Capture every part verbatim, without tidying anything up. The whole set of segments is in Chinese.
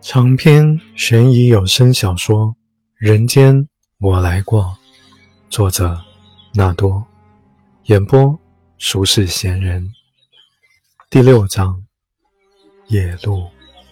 长篇悬疑有声小说《人间我来过》，作者纳多，演播俗世闲人。第六章，野路。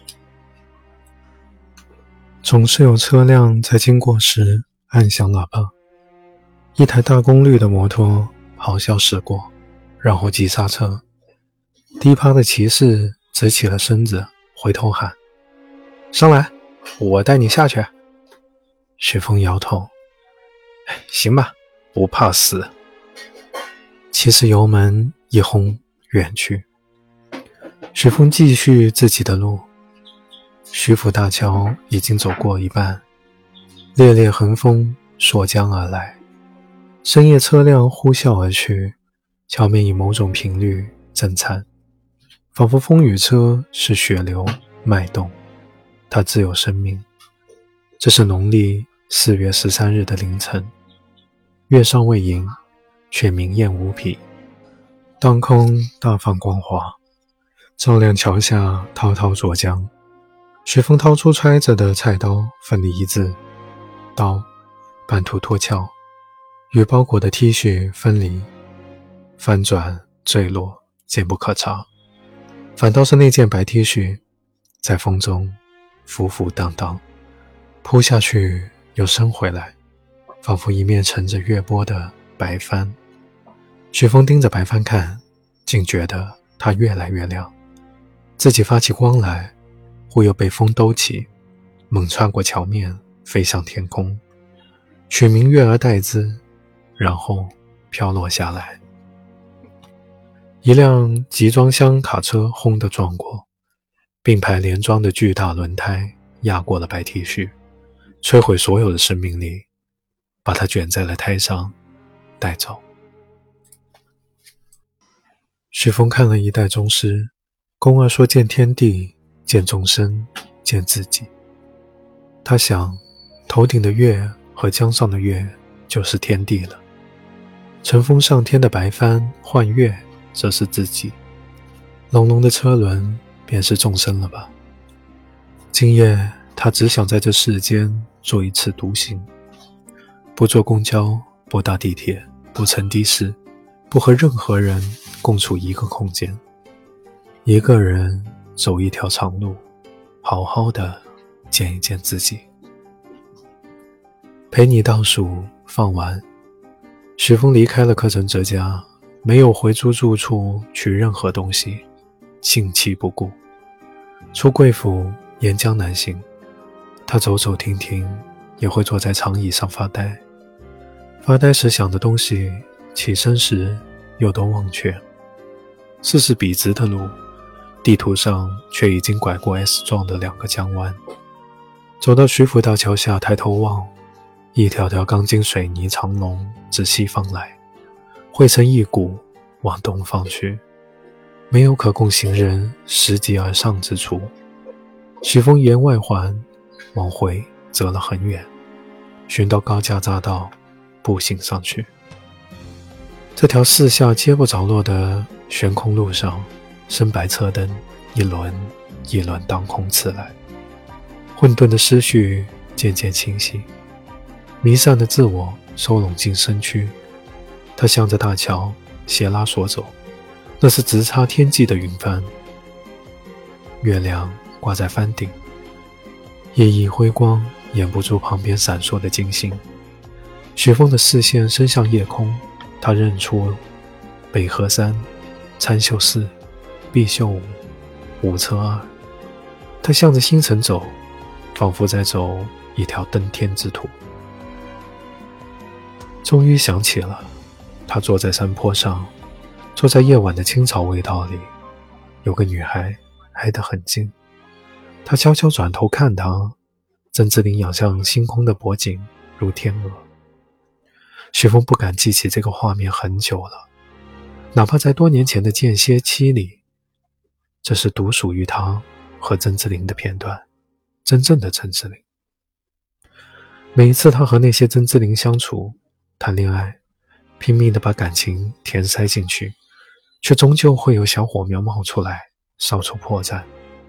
总是有车辆在经过时按响喇叭，一台大功率的摩托咆哮驶过，然后急刹车。低趴的骑士直起了身子，回头喊：上来，我带你下去。许峰摇头，行吧，不怕死。骑士油门一轰远去。许峰继续自己的路。徐府大桥已经走过一半，烈烈横风溯江而来，深夜车辆呼啸而去，桥面以某种频率震颤，仿佛风雨车是血流脉动，它自有生命。这是农历四月十三日的凌晨，月尚未盈，却明艳无比，当空大放光华，照亮桥下滔滔浊江。许峰掏出揣着的菜刀，奋力一掷，刀半途脱壳，与包裹的 T 恤分离，翻转坠落，坚不可查。反倒是那件白 T 恤在风中浮浮荡荡，扑下去又升回来，仿佛一面乘着月波的白帆。许峰盯着白帆看，竟觉得它越来越亮，自己发起光来，忽又被风兜起，猛穿过桥面，飞向天空，取名月而代之，然后飘落下来。一辆集装箱卡车轰地撞过，并排连装的巨大轮胎压过了白 T 恤，摧毁所有的生命力，把它卷在了胎上带走。许峰看了一代宗师，宫二说见天地，见众生，见自己。他想，头顶的月和江上的月就是天地了，乘风上天的白帆幻月则是自己，隆隆的车轮便是众生了吧。今夜他只想在这世间做一次独行，不坐公交，不搭地铁，不乘的士，不和任何人共处一个空间，一个人走一条长路，好好的见一见自己。陪你倒数放完，许峰离开了柯承哲家，没有回租住处取任何东西，兴气不顾。出贵府沿江南行，他走走停停，也会坐在长椅上发呆。发呆时想的东西，起身时又都忘却。四是笔直的路，地图上却已经拐过 S 状的两个江湾。走到徐府大桥下，抬头望，一条条钢筋水泥长龙自西方来，汇成一股往东方去，没有可供行人拾级而上之处。许峰沿外环往回折了很远，寻到高架匝道，步行上去。这条四下接不着落的悬空路上，深白车灯一轮一轮当空刺来，混沌的思绪渐渐清晰，弥散的自我收拢进身躯。他向着大桥斜拉所走，那是直插天际的云帆。月亮挂在帆顶，夜意辉光掩不住旁边闪烁的金星。许峰的视线伸向夜空，他认出北河山、参秀寺、碧秀舞、五车二。他向着星辰走，仿佛在走一条登天之途。终于想起了，他坐在山坡上，坐在夜晚的青草味道里，有个女孩挨得很近。他悄悄转头看她，曾志林仰向星空的脖颈如天鹅。许峰不敢记起这个画面很久了，哪怕在多年前的间歇期里，这是独属于他和曾志林的片段，真正的曾志林。每一次他和那些曾志林相处谈恋爱，拼命地把感情填塞进去，却终究会有小火苗冒出来，烧出破绽。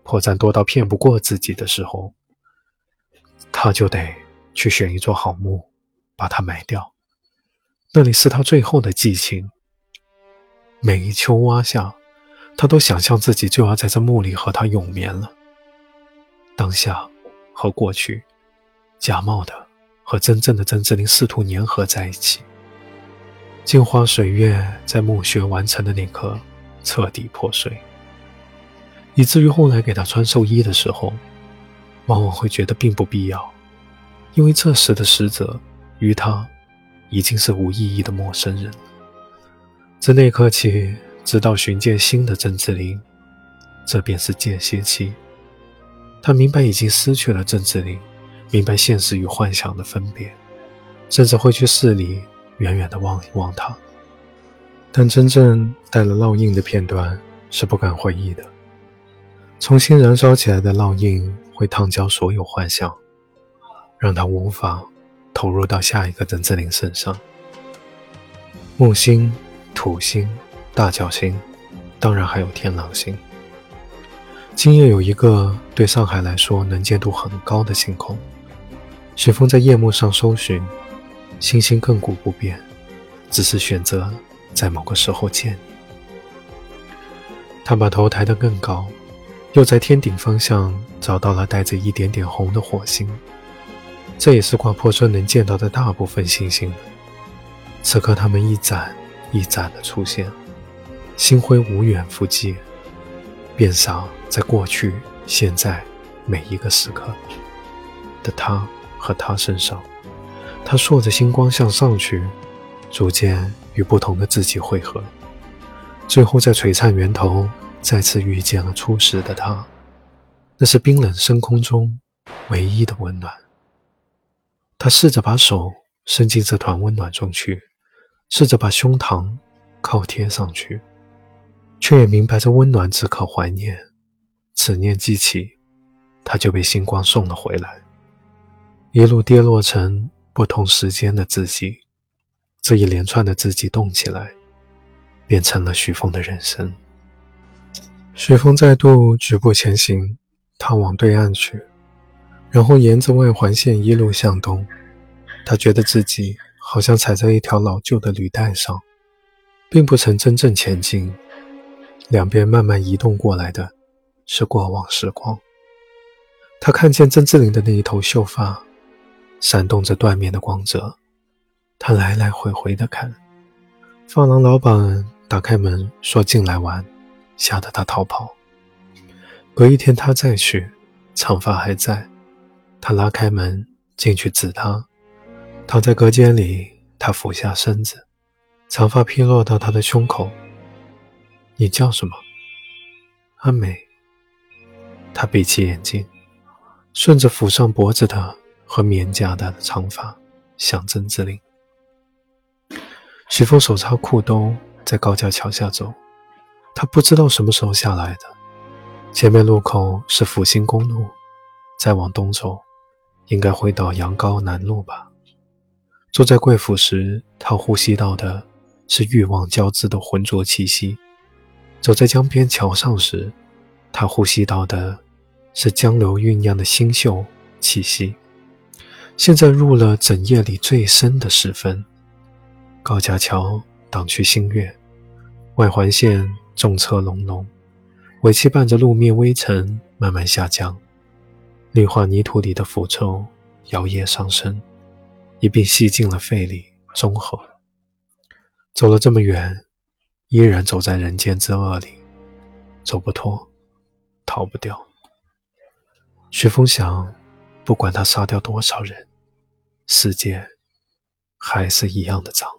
破绽多到骗不过自己的时候，他就得去选一座好墓，把它埋掉。那里是他最后的寄情。每一秋蛙下，他都想象自己就要在这墓里和他永眠了。当下和过去，假冒的和真正的曾志林试图粘合在一起。镜花水月在墓穴完成的那刻彻底破碎，以至于后来给他穿寿衣的时候，往往会觉得并不必要，因为这时的死者于他已经是无意义的陌生人了。自那刻起，直到寻见新的曾志林，这便是间歇期。他明白已经失去了曾志林，明白现实与幻想的分别，甚至会去市里远远地望一望他。但真正带了烙印的片段是不敢回忆的。重新燃烧起来的烙印会烫焦所有幻想，让他无法投入到下一个曾志林身上。木星、土星、大角星，当然还有天狼星。今夜有一个对上海来说能见度很高的星空，许峰在夜幕上搜寻，星星亘古不变，只是选择在某个时候见你。他把头抬得更高，又在天顶方向找到了带着一点点红的火星，这也是挂破村能见到的大部分星星。此刻它们一盏一盏的出现，星辉无远弗届，遍洒在过去、现在每一个时刻的他和他身上。他烁着星光向上去，逐渐与不同的自己汇合，最后在璀璨源头再次遇见了初时的他。那是冰冷深空中唯一的温暖。他试着把手伸进这团温暖中去，试着把胸膛靠贴上去，却也明白这温暖只可怀念。此念记起，他就被星光送了回来，一路跌落成不同时间的自己。这一连串的自己动起来，变成了许峰的人生。许峰再度举步前行，他往对岸去，然后沿着外环线一路向东。他觉得自己好像踩在一条老旧的履带上，并不曾真正前进。两边慢慢移动过来的是过往时光。他看见曾志林的那一头秀发闪动着缎面的光泽，他来来回回地看。发廊老板打开门说进来玩，吓得他逃跑。隔一天他再去，长发还在，他拉开门进去指他。躺在隔间里，他俯下身子，长发披落到他的胸口。你叫什么？阿美。他闭起眼睛，顺着抚上脖子的和棉夹带的长发向曾志林。许峰手插裤兜，在高架桥下走。他不知道什么时候下来的。前面路口是复兴公路，再往东走，应该会到阳高南路吧。坐在贵府时，他呼吸到的是欲望交织的浑浊气息。走在江边桥上时，他呼吸到的是江流酝酿的星宿气息。现在入了整夜里最深的时分，高架桥挡去星月，外环线重车隆隆，尾气伴着路面微尘慢慢下降，绿化泥土里的腐臭摇曳上升，一并吸进了肺里中和。走了这么远，依然走在人间之恶里，走不脱，逃不掉。许峰想，不管他杀掉多少人，世界还是一样的脏。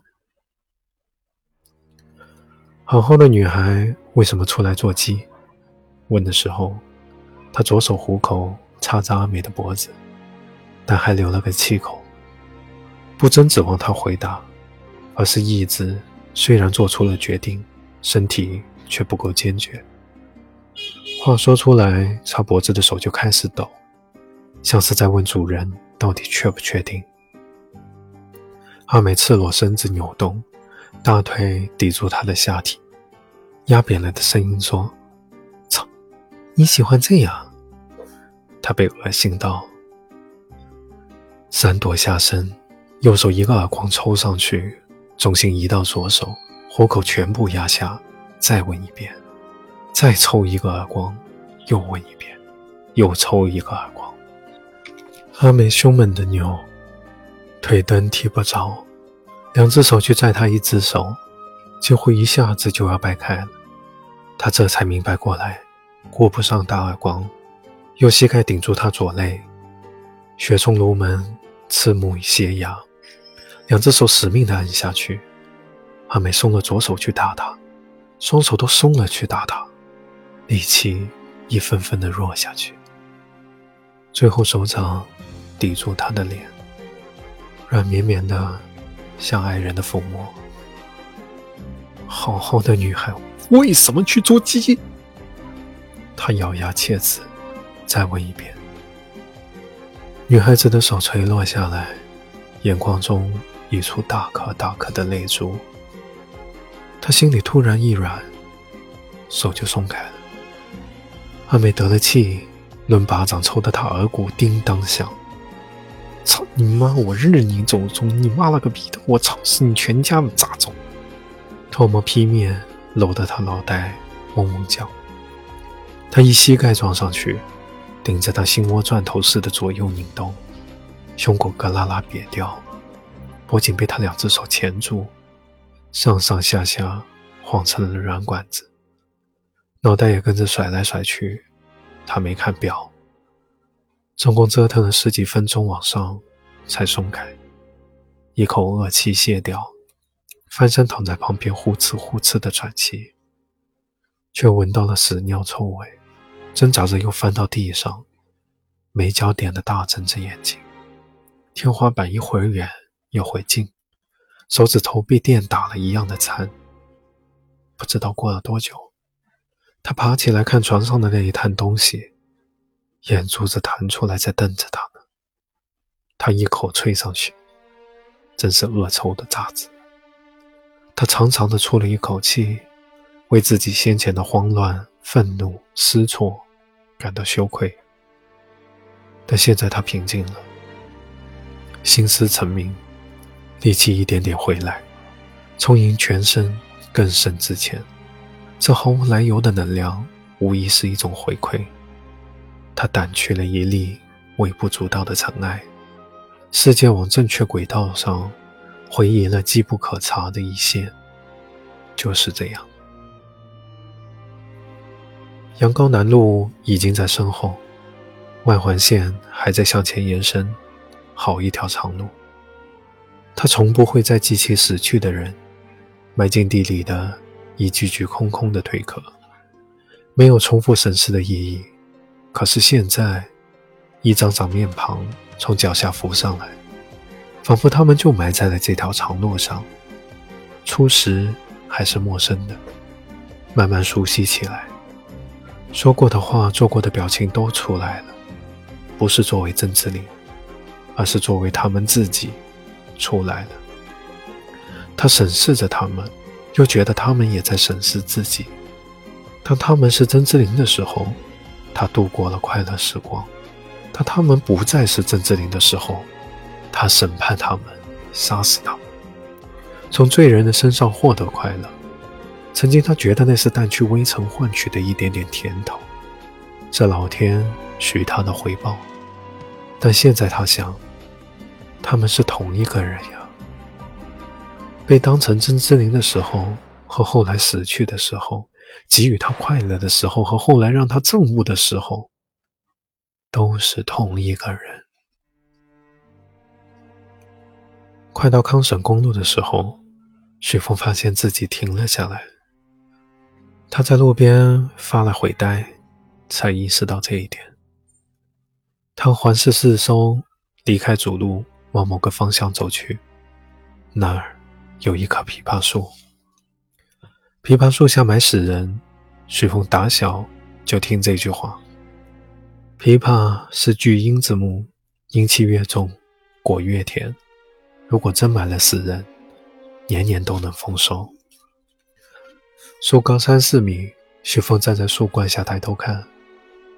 好好的女孩为什么出来做鸡？问的时候，他左手虎口插着阿美的脖子，但还留了个气口。不真指望他回答，而是意志虽然做出了决定，身体却不够坚决。话说出来，插脖子的手就开始抖，像是在问主人到底确不确定。阿美赤裸身子扭动，大腿抵住他的下体，压扁了的声音说：操， 你喜欢这样？他被恶心到，闪躲下身，右手一个耳光抽上去，重心移到左手，虎口全部压下，再吻一遍，再抽一个耳光，又吻一遍，又抽一个耳光。阿美胸闷的扭，腿蹬踢不着，两只手去拽他一只手，几乎一下子就要掰开了。他这才明白过来，顾不上打耳光，用膝盖顶住他左肋，血冲颅门，刺目斜牙，两只手死命地按下去。阿美松了左手去打他，双手都松了去打他，力气一分分地弱下去，最后手掌抵住他的脸，软绵绵的像爱人的抚摸。好好的女孩为什么去做鸡？他咬牙切齿，再问一遍。女孩子的手垂落下来，眼眶中溢出大颗大颗的泪珠。他心里突然一软，手就松开了。阿美得了气，抡巴掌抽得他耳骨叮当响。操你妈，我日你祖宗，你妈了个逼的，我操死你全家的杂种。唾沫披面，搂得他脑袋嗡嗡叫。他一膝盖撞上去，顶着他心窝钻头似的左右拧动，胸口咯啦啦瘪掉，脖颈被他两只手钳住，上上下下晃成了软管子，脑袋也跟着甩来甩去。他没看表，总共折腾了十几分钟往上才松开，一口恶气泄掉，翻身躺在旁边呼哧呼哧的喘气，却闻到了屎尿臭味，挣扎着又翻到地上，没焦点的大睁着眼睛，天花板一会儿远一会儿近，手指头被电打了一样的残。不知道过了多久，他爬起来看床上的那一滩东西，眼珠子弹出来在瞪着他呢。他一口啐上去，真是恶臭的渣子。他长长的出了一口气，为自己先前的慌乱、愤怒、失措感到羞愧。但现在他平静了，心思澄明，力气一点点回来，充盈全身，更胜之前。这毫无来由的能量无疑是一种回馈，他掸去了一粒微不足道的尘埃，世界往正确轨道上回移了机不可查的一线。就是这样，阳高南路已经在身后，外环线还在向前延伸，好一条长路。他从不会再记起死去的人，埋进地里的一具具空空的腿壳，没有重复审视的意义。可是现在，一张张面庞从脚下浮上来，仿佛他们就埋在了这条长路上，初时还是陌生的，慢慢熟悉起来。说过的话，做过的表情都出来了，不是作为曾志林，而是作为他们自己出来了。他审视着他们，又觉得他们也在审视自己。当他们是曾志林的时候，他度过了快乐时光；当他们不再是曾志林的时候，他审判他们，杀死他们，从罪人的身上获得快乐。曾经他觉得那是淡去微尘换取的一点点甜头，这老天许他的回报。但现在他想，他们是同一个人呀。被当成曾志林的时候和后来死去的时候，给予他快乐的时候和后来让他憎恶的时候，都是同一个人。快到康省公路的时候，许峰发现自己停了下来。他在路边发了会呆，才意识到这一点。他环视四周，离开主路，往某个方向走去。那儿有一棵枇杷树，枇杷树下埋死人。许峰打小就听这句话。枇杷是巨阴之木，阴气越重，果越甜。如果真埋了死人，年年都能丰收。树高三四米，许峰站在树冠下抬头看，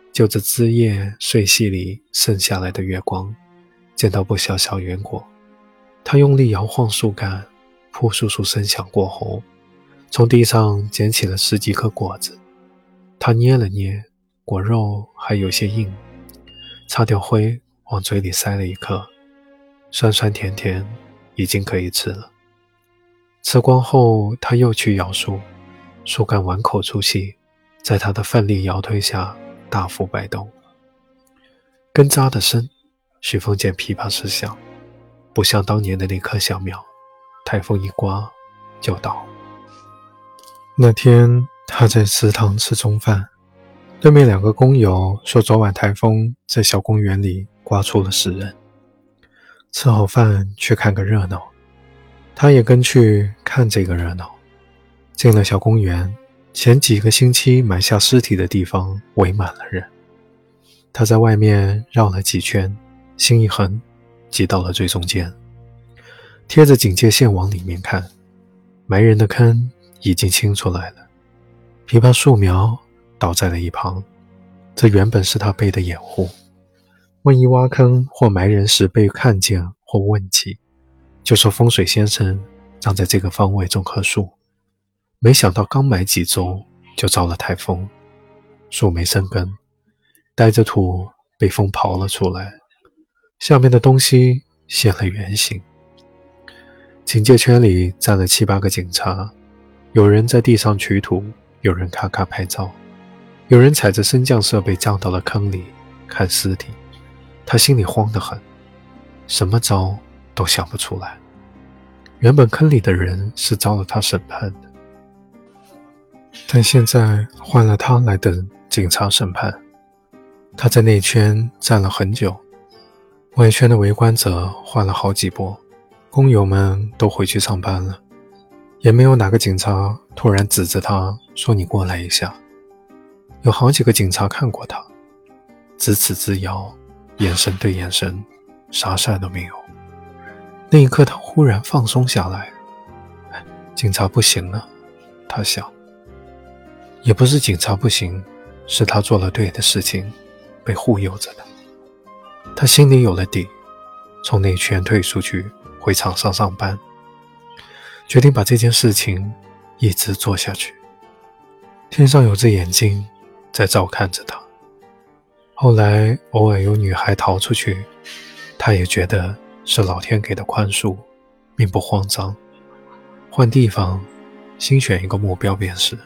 就着枝叶碎隙里渗下来的月光，见到不小小圆果。他用力摇晃树干，扑簌簌声响过后，从地上捡起了十几颗果子。他捏了捏，果肉还有些硬，擦掉灰，往嘴里塞了一颗，酸酸甜甜，已经可以吃了。吃光后，他又去摇树，树干碗口粗细，在他的奋力摇推下大幅摆动。根扎的深，许峰见琵琶声响，不像当年的那棵小苗，台风一刮就倒。那天他在食堂吃中饭，对面两个工友说昨晚台风在小公园里刮出了十人。吃好饭去看个热闹，他也跟去看这个热闹。进了小公园，前几个星期埋下尸体的地方围满了人。他在外面绕了几圈，心一横，挤到了最中间，贴着警戒线往里面看。埋人的坑已经清出来了，琵琶树苗倒在了一旁，这原本是他备的掩护，万一挖坑或埋人时被看见或问起，就说风水先生长在这个方位种棵树，没想到刚埋几周就遭了台风，树没生根，带着土被风刨了出来，下面的东西现了原形。警戒圈里站了七八个警察，有人在地上取土，有人咔咔拍照，有人踩着升降设备降到了坑里看尸体。他心里慌得很，什么招都想不出来。原本坑里的人是遭了他审判的，但现在换了他来等警察审判。他在内圈站了很久，外圈的围观者换了好几波，工友们都回去上班了，也没有哪个警察突然指着他说你过来一下。有好几个警察看过他，咫尺之遥，眼神对眼神，啥事都没有。那一刻他忽然放松下来，警察不行了，他想。也不是警察不行，是他做了对的事情，被忽悠着的。他心里有了底，从内圈退出去，回厂上上班，决定把这件事情一直做下去。天上有只眼睛在照看着他。后来偶尔有女孩逃出去，他也觉得是老天给的宽恕，并不慌张。换地方，新选一个目标便是。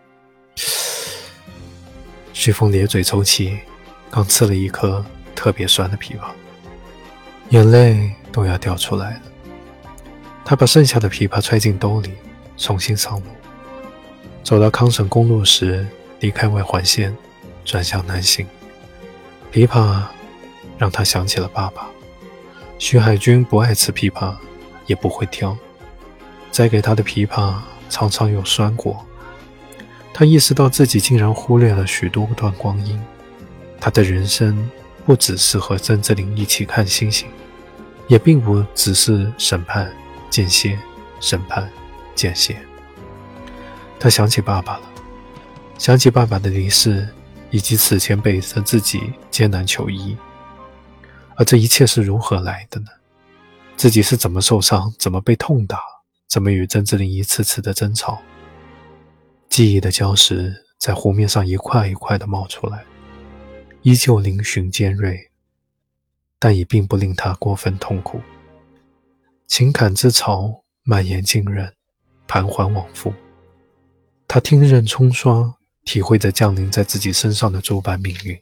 徐峰咧嘴抽泣，刚吃了一颗特别酸的枇杷，眼泪都要掉出来了。他把剩下的枇杷揣进兜里，重新上路。走到康省公路时，离开外环线，转向南行。枇杷让他想起了爸爸。徐海军不爱吃枇杷，也不会挑，摘给他的枇杷常常有酸果。他意识到自己竟然忽略了许多段光阴，他的人生不只是和曾志林一起看星星，也并不只是审判间歇，审判间歇。他想起爸爸了，想起爸爸的离世，以及此前背着自己艰难求医。而这一切是如何来的呢？自己是怎么受伤，怎么被痛打，怎么与曾志林一次次的争吵。记忆的礁石在湖面上一块一块的冒出来，依旧嶙峋尖锐，但已并不令他过分痛苦。情感之潮蔓延惊人，盘桓往复。他听任冲刷，体会着降临在自己身上的诸般命运。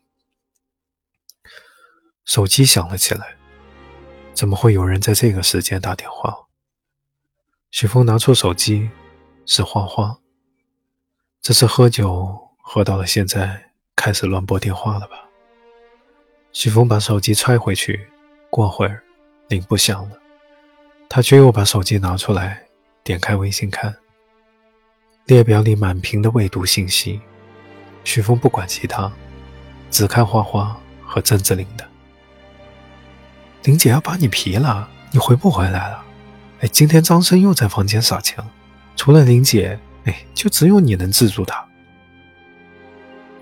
手机响了起来，怎么会有人在这个时间打电话？许峰拿出手机，是花花。这次喝酒喝到了现在，开始乱拨电话了吧？许峰把手机揣回去，过会儿铃不响了，他却又把手机拿出来，点开微信看，列表里满屏的未读信息。许峰不管其他，只看花花和曾志林的。林姐要把你皮了，你回不回来了？哎，今天张生又在房间撒枪，除了林姐，哎，就只有你能制住他。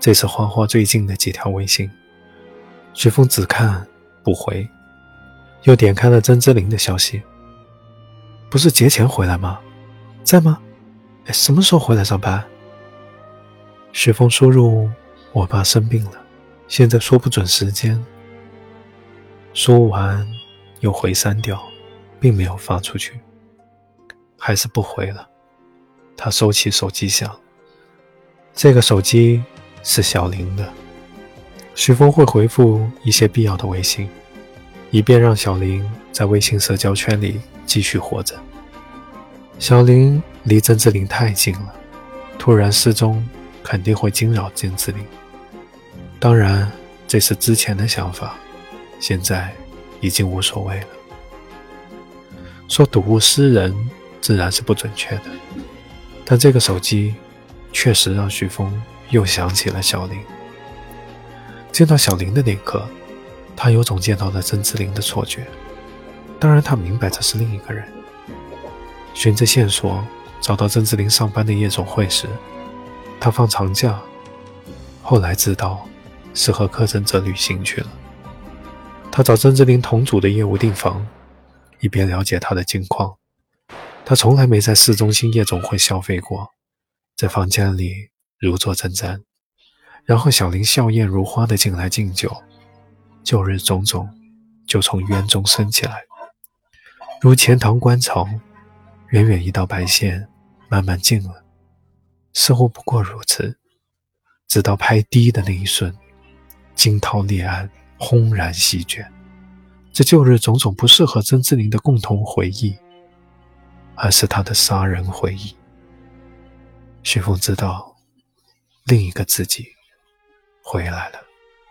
这是花花最近的几条微信。徐峰只看不回，又点开了曾之琳的消息。不是节前回来吗？在吗？哎，什么时候回来上班？徐峰输入我爸生病了，现在说不准时间。说完又回删掉，并没有发出去。还是不回了。他收起手机响，这个手机是小林的。徐峰会回复一些必要的微信，以便让小林在微信社交圈里继续活着。小林离曾之琳太近了，突然失踪肯定会惊扰曾之琳。当然这是之前的想法，现在已经无所谓了。说睹物思人自然是不准确的，但这个手机确实让徐峰又想起了小林。见到小林的那一刻，他有种见到了曾之琳的错觉，当然他明白这是另一个人。循着线索找到曾之琳上班的夜总会时，他放长假，后来知道是和柯震哲旅行去了。他找曾之琳同组的业务订房，以便了解他的近况。他从来没在市中心夜总会消费过，在房间里如坐针毡。然后小林笑靥如花地进来敬酒，旧日种种就从渊中升起来，如钱塘观潮，远远一道白线慢慢近了，似乎不过如此。直到拍低的那一瞬，惊涛裂岸，轰然席卷。这旧日种种不适合曾之琳的共同回忆，而是他的杀人回忆。徐峰知道另一个自己回来了，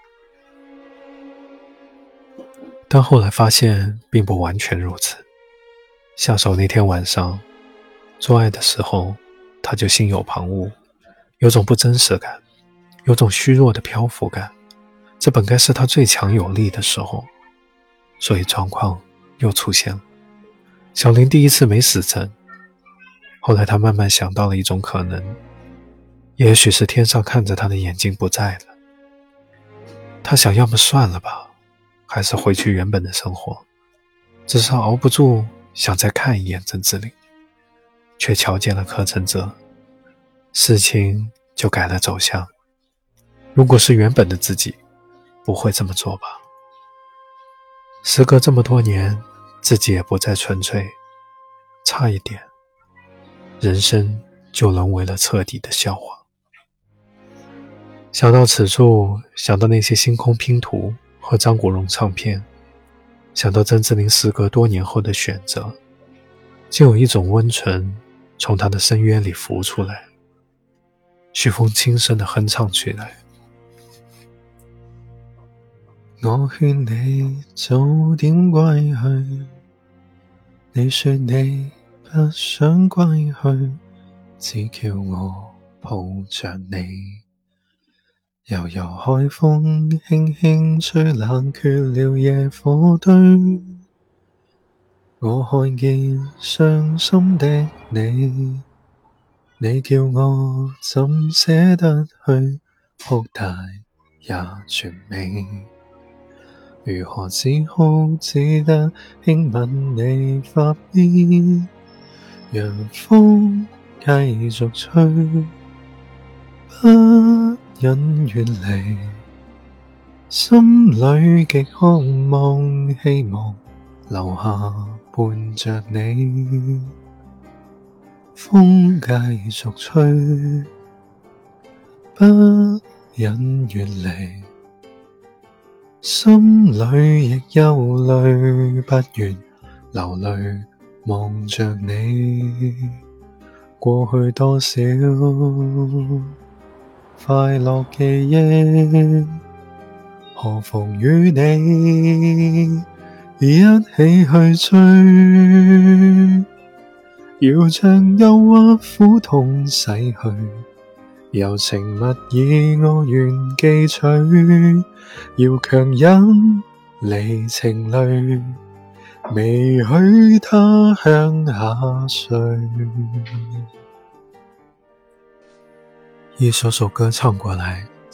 但后来发现并不完全如此。下手那天晚上做爱的时候，他就心有旁骛，有种不真实感，有种虚弱的漂浮感。这本该是他最强有力的时候，所以状况又出现了。小林第一次没死成，后来他慢慢想到了一种可能，也许是天上看着他的眼睛不在了。他想要么算了吧，还是回去原本的生活，只是熬不住想再看一眼曾之琳，却瞧见了柯震哲，事情就改了走向。如果是原本的自己，不会这么做吧。时隔这么多年，自己也不再纯粹，差一点人生就沦为了彻底的笑话。想到此处，想到那些星空拼图和张国荣唱片，想到曾之琳时隔多年后的选择，就有一种温存从他的深渊里浮出来。徐峰轻声地哼唱起来。我劝你早點歸去，你說你不想歸去，只叫我抱着你。悠悠海風輕輕吹，冷卻了野火堆。我看見傷心的你，你叫我怎捨得去，哭大也絕美。如何只好只得輕吻你髮邊，讓風繼續吹，不忍遠離，心裏極渴望希望留下伴着你，風繼續吹，不忍遠離，心裏亦憂慮，不願流淚望着你。過去多少快樂記憶，何妨與你一起去追，要將憂鬱苦痛洗去，柔情蜜意我願記取，要強忍離情淚，未許他向下垂。一首首歌唱過來，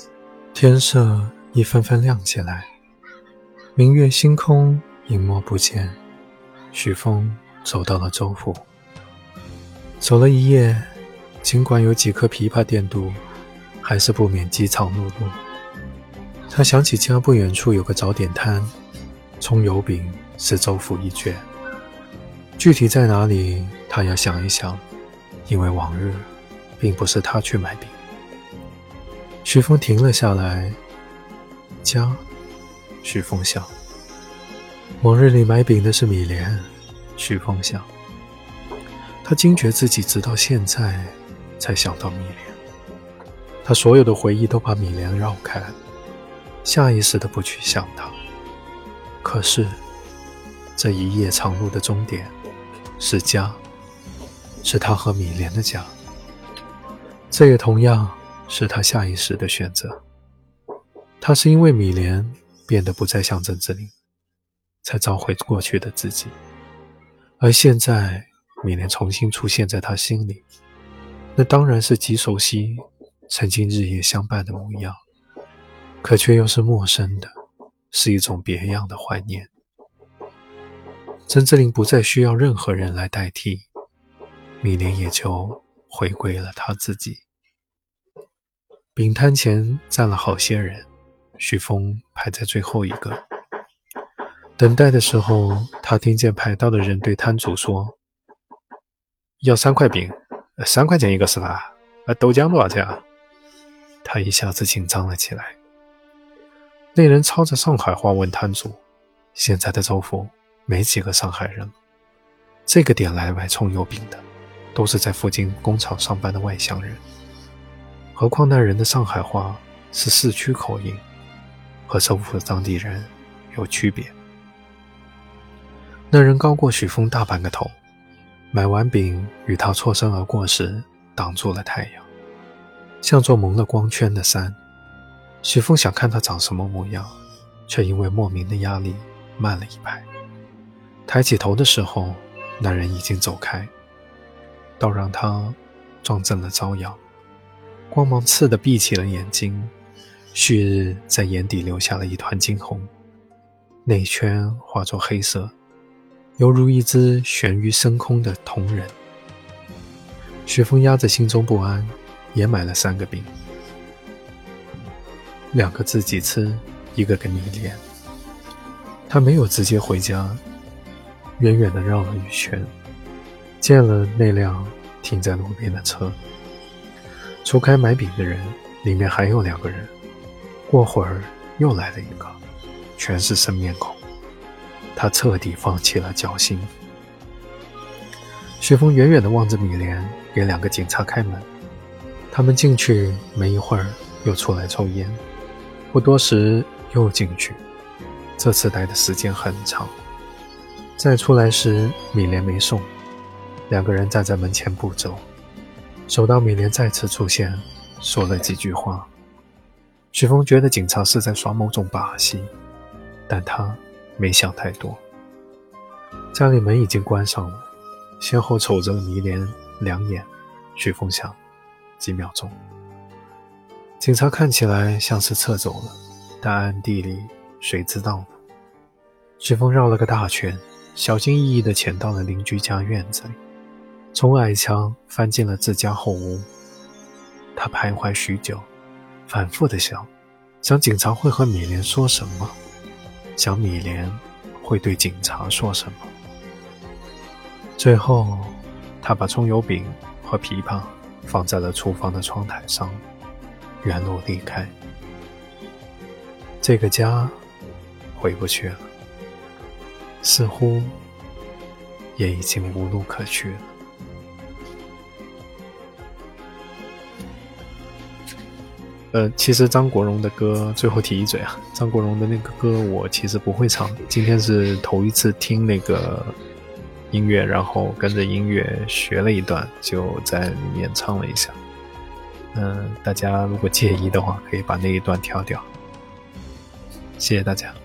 天色一纷纷亮起来，明月星空隐没不见。许峰走到了州府，走了一夜，尽管有几颗琵琶电度，还是不免饥肠辘辘。他想起家不远处有个早点摊，葱油饼是州府一绝，具体在哪里他要想一想，因为往日并不是他去买饼。许峰停了下来，家，许峰想，往日里买饼的是米莲，许峰想。他惊觉自己直到现在才想到米莲，他所有的回忆都把米莲绕开，下意识地不去想他。可是这一夜长路的终点是家，是他和米莲的家，这也同样是他下意识的选择。他是因为米莲变得不再像郑芝灵，才找回过去的自己，而现在米莲重新出现在他心里，那当然是极熟悉曾经日夜相伴的模样，可却又是陌生的，是一种别样的怀念。郑芝灵不再需要任何人来代替，米莲也就回归了他自己。饼摊前站了好些人，许峰排在最后一个。等待的时候，他听见排到的人对摊主说：“要三块饼，三块钱一个是吧？豆浆多少钱啊？”他一下子紧张了起来。那人操着上海话问摊主：“现在的州府没几个上海人了，这个点来买葱油饼的，都是在附近工厂上班的外乡人。何况那人的上海话是市区口音，和州府的当地人有区别。”那人高过许峰大半个头，买完饼与他错身而过时挡住了太阳，像座蒙了光圈的山。许峰想看他长什么模样，却因为莫名的压力慢了一拍。抬起头的时候，那人已经走开，倒让他撞正了朝阳，光芒刺地闭起了眼睛，旭日在眼底留下了一团金红，内圈化作黑色，犹如一只悬于深空的铜人。许峰压着心中不安，也买了三个饼，两个自己吃，一个给米莲。他没有直接回家，远远地绕了一圈，见了那辆停在路边的车。除开买饼的人，里面还有两个人，过会儿又来了一个，全是生面孔。他彻底放弃了侥幸。许峰远远地望着米莲给两个警察开门，他们进去没一会儿又出来抽烟，不多时又进去，这次待的时间很长。再出来时米莲没送，两个人站在门前不走，守到米莲再次出现，说了几句话。许峰觉得警察是在耍某种把戏，但他没想太多。家里门已经关上了，先后瞅着米莲两眼，许峰想，几秒钟。警察看起来像是撤走了，但暗地里谁知道呢？许峰绕了个大圈，小心翼翼地潜到了邻居家院子里，从矮墙翻进了自家后屋。他徘徊许久，反复地想，想警察会和米莲说什么，想米莲会对警察说什么。最后他把葱油饼和琵琶放在了厨房的窗台上，原路离开。这个家回不去了，似乎也已经无路可去了。呃，其实张国荣的歌，最后提一嘴啊，张国荣的那个歌我其实不会唱，今天是头一次听那个音乐，然后跟着音乐学了一段，就在里面唱了一下。嗯、呃，大家如果介意的话，可以把那一段挑掉。谢谢大家。